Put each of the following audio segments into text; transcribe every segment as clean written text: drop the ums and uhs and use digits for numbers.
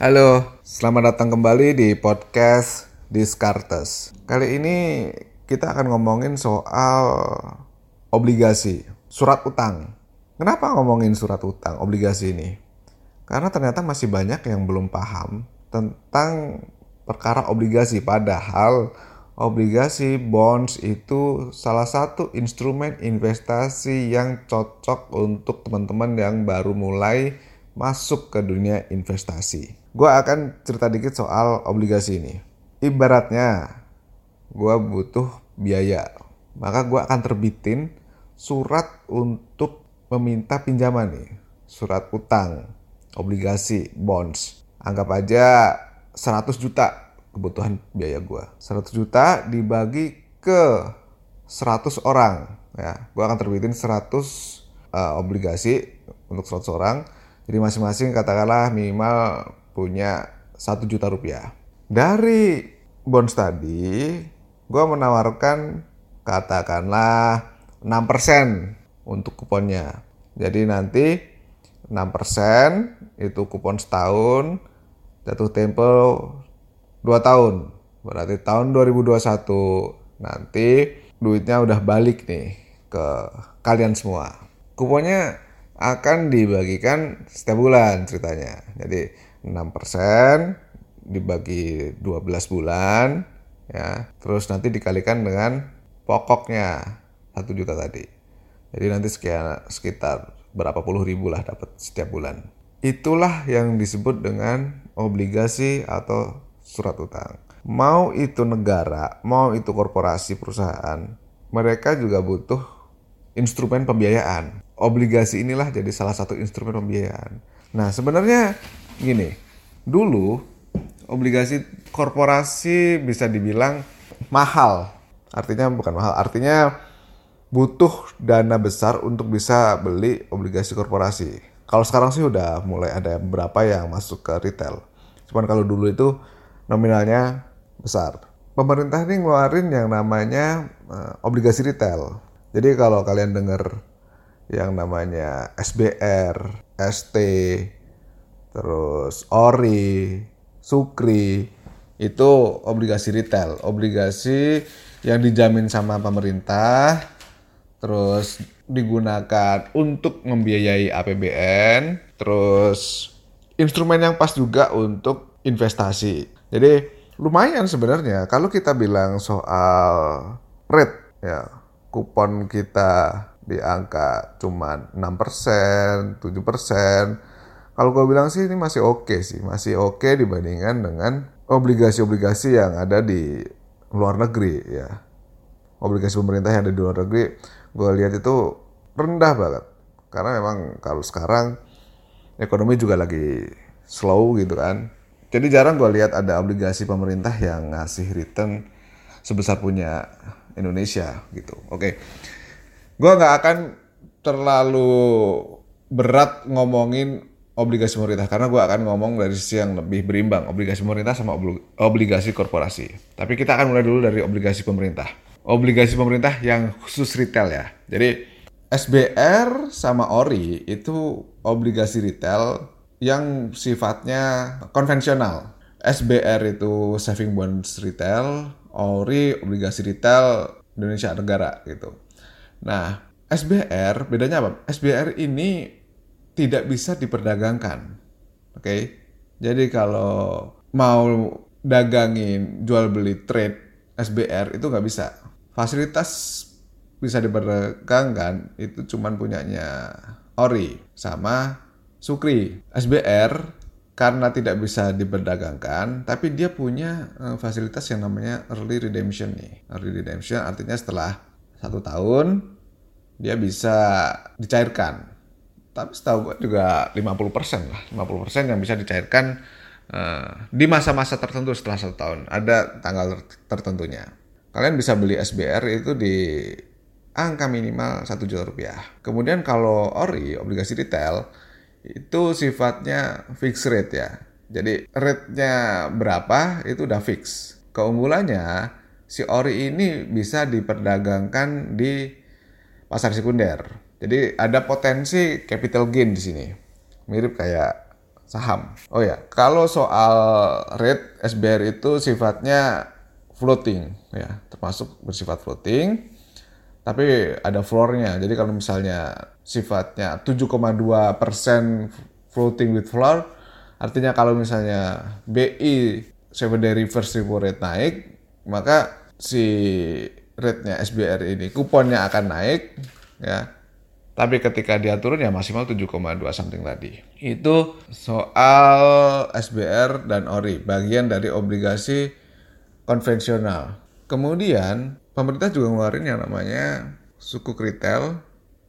Halo, selamat datang kembali di podcast Descartes. Kali ini kita akan ngomongin soal obligasi, surat utang. Kenapa ngomongin surat utang, obligasi ini? Karena ternyata masih banyak yang belum paham tentang perkara obligasi. Padahal obligasi, bonds itu salah satu instrumen investasi yang cocok untuk teman-teman yang baru mulai masuk ke dunia investasi. Gue akan cerita dikit soal obligasi ini. Ibaratnya gue butuh biaya, maka gue akan terbitin surat untuk meminta pinjaman nih. Surat utang, obligasi, bonds. Anggap aja 100 juta kebutuhan biaya gue. 100 juta dibagi ke 100 orang. Ya, gue akan terbitin 100 obligasi untuk 100 orang. Jadi masing-masing katakanlah minimal punya 1 juta rupiah. Dari bonds tadi, gue menawarkan katakanlah 6% untuk kuponnya. Jadi nanti 6% itu kupon setahun, jatuh tempo 2 tahun. Berarti tahun 2021 nanti duitnya udah balik nih ke kalian semua. Kuponnya akan dibagikan setiap bulan ceritanya. Jadi 6% dibagi 12 bulan ya. Terus nanti dikalikan dengan pokoknya 1 juta tadi. Jadi nanti sekitar berapa puluh ribu lah dapat setiap bulan. Itulah yang disebut dengan obligasi atau surat utang. Mau itu negara, mau itu korporasi, perusahaan, mereka juga butuh instrumen pembiayaan. Obligasi inilah jadi salah satu instrumen pembiayaan. Nah, sebenarnya gini, dulu obligasi korporasi bisa dibilang mahal. Artinya bukan mahal, artinya butuh dana besar untuk bisa beli obligasi korporasi. Kalau sekarang sih udah mulai ada beberapa yang masuk ke retail. Cuman kalau dulu itu nominalnya besar. Pemerintah ini ngeluarin yang namanya obligasi retail. Jadi kalau kalian dengar yang namanya SBR, ST, terus ORI, Sukri, itu obligasi retail, obligasi yang dijamin sama pemerintah, terus digunakan untuk membiayai APBN, terus instrumen yang pas juga untuk investasi. Jadi lumayan sebenarnya kalau kita bilang soal rate ya, kupon kita di angka cuma 6%, 7%. Kalau gue bilang sih ini masih oke sih, masih oke dibandingkan dengan obligasi-obligasi yang ada di luar negeri ya. Obligasi pemerintah yang ada di luar negeri, gue lihat itu rendah banget. Karena memang kalau sekarang ekonomi juga lagi slow gitu kan. Jadi jarang gue lihat ada obligasi pemerintah yang ngasih return sebesar punya Indonesia gitu. Oke. Gue gak akan terlalu berat ngomongin obligasi pemerintah karena gue akan ngomong dari sisi yang lebih berimbang, obligasi pemerintah sama obligasi korporasi. Tapi kita akan mulai dulu dari obligasi pemerintah. Obligasi pemerintah yang khusus retail ya. Jadi SBR sama ORI itu obligasi retail yang sifatnya konvensional. SBR itu saving bonds retail, ORI obligasi retail Indonesia negara gitu. Nah, SBR bedanya apa? SBR ini tidak bisa diperdagangkan. Oke. Jadi kalau mau dagangin jual beli trade SBR itu nggak bisa. Fasilitas bisa diperdagangkan itu cuman punyanya ORI sama Sukri. SBR karena tidak bisa diperdagangkan, tapi dia punya fasilitas yang namanya early redemption nih. Early redemption artinya setelah 1 tahun dia bisa dicairkan. Tapi setahu gue juga 50% lah. 50% yang bisa dicairkan di masa-masa tertentu setelah 1 tahun. Ada tanggal tertentunya. Kalian bisa beli SBR itu di angka minimal 1 juta rupiah. Kemudian kalau ORI, obligasi retail, itu sifatnya fixed rate ya. Jadi rate-nya berapa itu udah fix. Keunggulannya si ORI ini bisa diperdagangkan di pasar sekunder. Jadi ada potensi capital gain di sini. Mirip kayak saham. Oh ya, kalau soal rate SBR itu sifatnya floating ya, termasuk bersifat floating. Tapi ada floor-nya. Jadi kalau misalnya sifatnya 7,2% floating with floor, artinya kalau misalnya BI 7-day reverse repo rate naik, maka si rate-nya SBR ini kuponnya akan naik ya. Tapi ketika dia turun ya maksimal 7,2 something tadi. Itu soal SBR dan ORI, bagian dari obligasi konvensional. Kemudian pemerintah juga ngeluarin yang namanya sukuk retail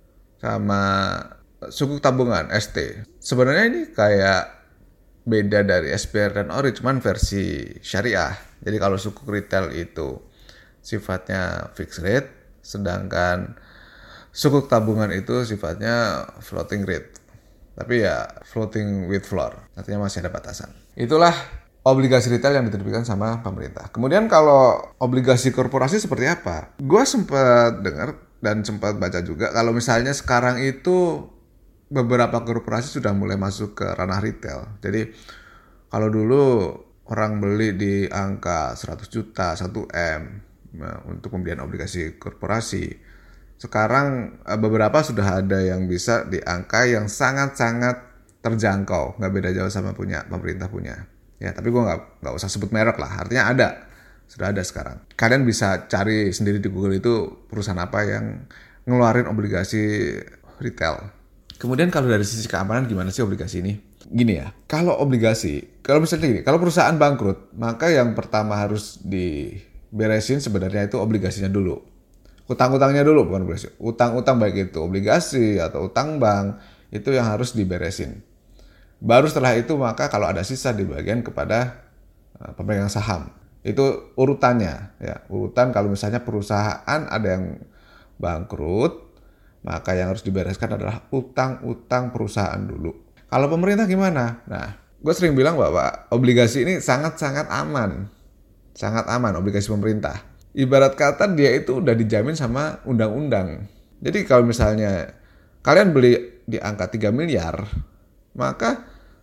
sama sukuk tabungan ST. Sebenarnya ini kayak beda dari SBR dan ORI, cuman versi syariah. Jadi kalau sukuk retail itu sifatnya fixed rate, sedangkan sukuk tabungan itu sifatnya floating rate. Tapi ya floating with floor, artinya masih ada batasan. Itulah obligasi retail yang diterbitkan sama pemerintah. Kemudian kalau obligasi korporasi seperti apa? Gue sempat dengar dan sempat baca juga kalau misalnya sekarang itu beberapa korporasi sudah mulai masuk ke ranah retail. Jadi kalau dulu orang beli di angka 100 juta, 1M untuk pembelian obligasi korporasi. Sekarang beberapa sudah ada yang bisa di angka yang sangat-sangat terjangkau. Nggak beda jauh sama punya pemerintah punya. Ya, tapi gue nggak usah sebut merek lah. Artinya ada. Sudah ada sekarang. Kalian bisa cari sendiri di Google itu perusahaan apa yang ngeluarin obligasi retail. Kemudian kalau dari sisi keamanan gimana sih obligasi ini? Gini ya, kalau misalnya gini, kalau perusahaan bangkrut, maka yang pertama harus diberesin sebenarnya itu obligasinya dulu. Utang-utangnya dulu, bukan obligasi. Utang-utang baik itu obligasi atau utang bank, itu yang harus diberesin. Baru setelah itu maka kalau ada sisa dibagian kepada pemegang saham. Itu urutannya, ya. Urutan kalau misalnya perusahaan ada yang bangkrut, maka yang harus dibereskan adalah utang-utang perusahaan dulu. Kalau pemerintah gimana? Nah, gue sering bilang bahwa obligasi ini sangat-sangat aman. Sangat aman obligasi pemerintah. Ibarat kata dia itu udah dijamin sama undang-undang. Jadi kalau misalnya kalian beli di angka 3 miliar, maka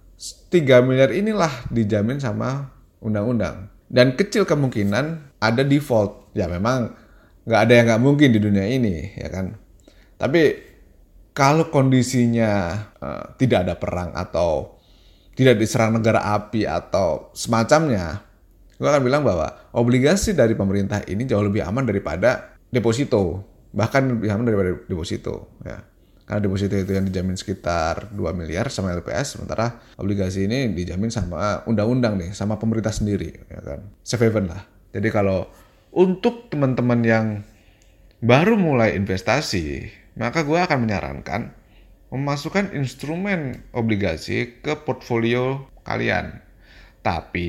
3 miliar inilah dijamin sama undang-undang. Dan kecil kemungkinan ada default. Ya memang nggak ada yang nggak mungkin di dunia ini, ya kan? Tapi kalau kondisinya tidak ada perang atau tidak diserang negara api atau semacamnya, gue akan bilang bahwa obligasi dari pemerintah ini jauh lebih aman daripada deposito. Bahkan lebih aman daripada deposito. Ya. Karena deposito itu yang dijamin sekitar 2 miliar sama LPS, sementara obligasi ini dijamin sama undang-undang nih, sama pemerintah sendiri. Ya kan? Safe haven lah. Jadi kalau untuk teman-teman yang baru mulai investasi, maka gue akan menyarankan memasukkan instrumen obligasi ke portfolio kalian. Tapi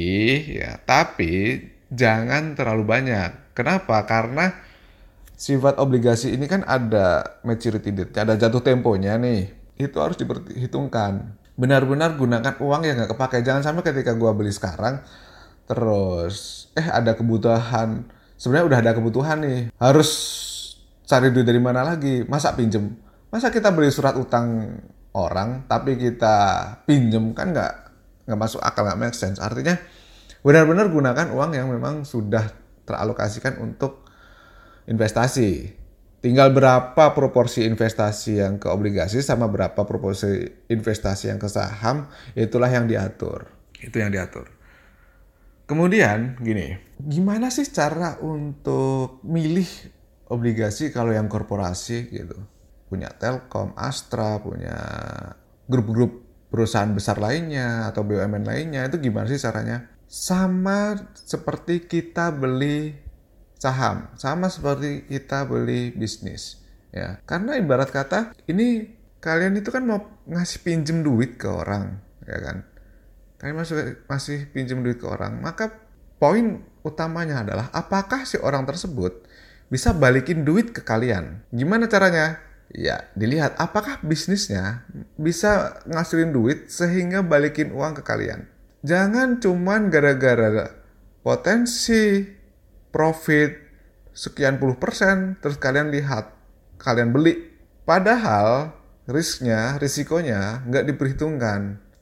jangan terlalu banyak. Kenapa? Karena sifat obligasi ini kan ada maturity date, ada jatuh temponya nih. Itu harus diperhitungkan. Benar-benar gunakan uang yang nggak kepake. Jangan sampai ketika gue beli sekarang, terus ada kebutuhan. Sebenarnya udah ada kebutuhan nih. Harus cari duit dari mana lagi? Masa pinjem? Masa kita beli surat utang orang, tapi kita pinjem? Kan nggak masuk akal, nggak make sense. Artinya benar-benar gunakan uang yang memang sudah teralokasikan untuk investasi. Tinggal berapa proporsi investasi yang ke obligasi sama berapa proporsi investasi yang ke saham, itulah yang diatur. Itu yang diatur. Kemudian gini, gimana sih cara untuk milih obligasi kalau yang korporasi gitu? Punya Telkom, Astra, punya grup-grup perusahaan besar lainnya atau BUMN lainnya, itu gimana sih caranya? Sama seperti kita beli saham, sama seperti kita beli bisnis, ya. Karena ibarat kata ini kalian itu kan mau ngasih pinjem duit ke orang, ya kan? Kalian masih pinjem duit ke orang, maka poin utamanya adalah apakah si orang tersebut bisa balikin duit ke kalian? Gimana caranya? Ya, dilihat apakah bisnisnya bisa ngasilin duit sehingga balikin uang ke kalian. Jangan cuman gara-gara potensi profit sekian puluh persen, terus kalian lihat, kalian beli. Padahal risikonya nggak diperhitungkan.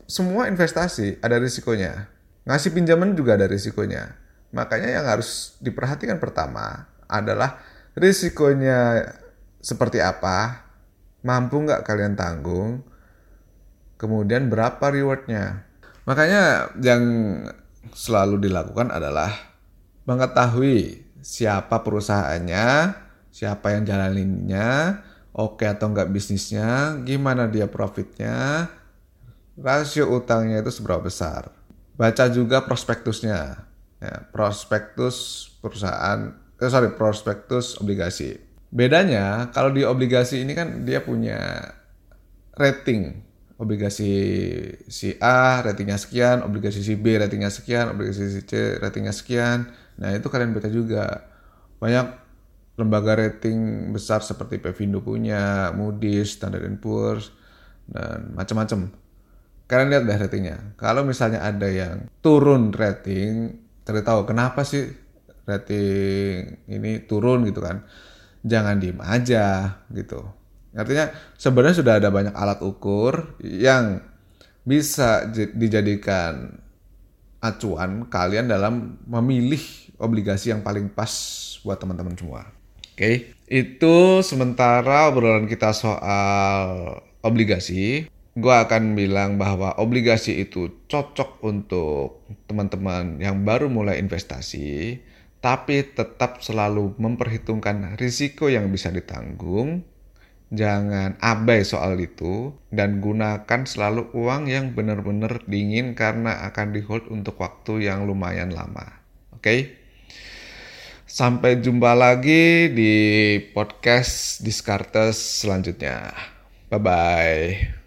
semua investasi ada risikonya. Ngasih pinjaman juga ada risikonya. Makanya yang harus diperhatikan pertama adalah risikonya seperti apa, mampu nggak kalian tanggung, kemudian berapa rewardnya. Makanya yang selalu dilakukan adalah mengetahui siapa perusahaannya, siapa yang jalaninnya, oke atau enggak bisnisnya, gimana dia profitnya, rasio utangnya itu seberapa besar. Baca juga prospektusnya, ya, prospektus perusahaan, prospektus obligasi. Bedanya kalau di obligasi ini kan dia punya rating. Obligasi si A ratingnya sekian, obligasi si B ratingnya sekian, obligasi si C ratingnya sekian. Nah itu kalian baca juga. Banyak lembaga rating besar seperti Pevindo punya, Moody's, Standard & Poor's, dan macam-macam. Kalian lihat deh ratingnya. Kalau misalnya ada yang turun rating, cari tahu kenapa sih rating ini turun gitu kan. Jangan diem aja gitu. Artinya sebenarnya sudah ada banyak alat ukur yang bisa dijadikan acuan kalian dalam memilih obligasi yang paling pas buat teman-teman semua. Oke, itu sementara obrolan kita soal obligasi. Gue akan bilang bahwa obligasi itu cocok untuk teman-teman yang baru mulai investasi, tapi tetap selalu memperhitungkan risiko yang bisa ditanggung. Jangan abai soal itu dan gunakan selalu uang yang benar-benar dingin karena akan di-hold untuk waktu yang lumayan lama. Oke? Sampai jumpa lagi di podcast Discartes selanjutnya. Bye-bye.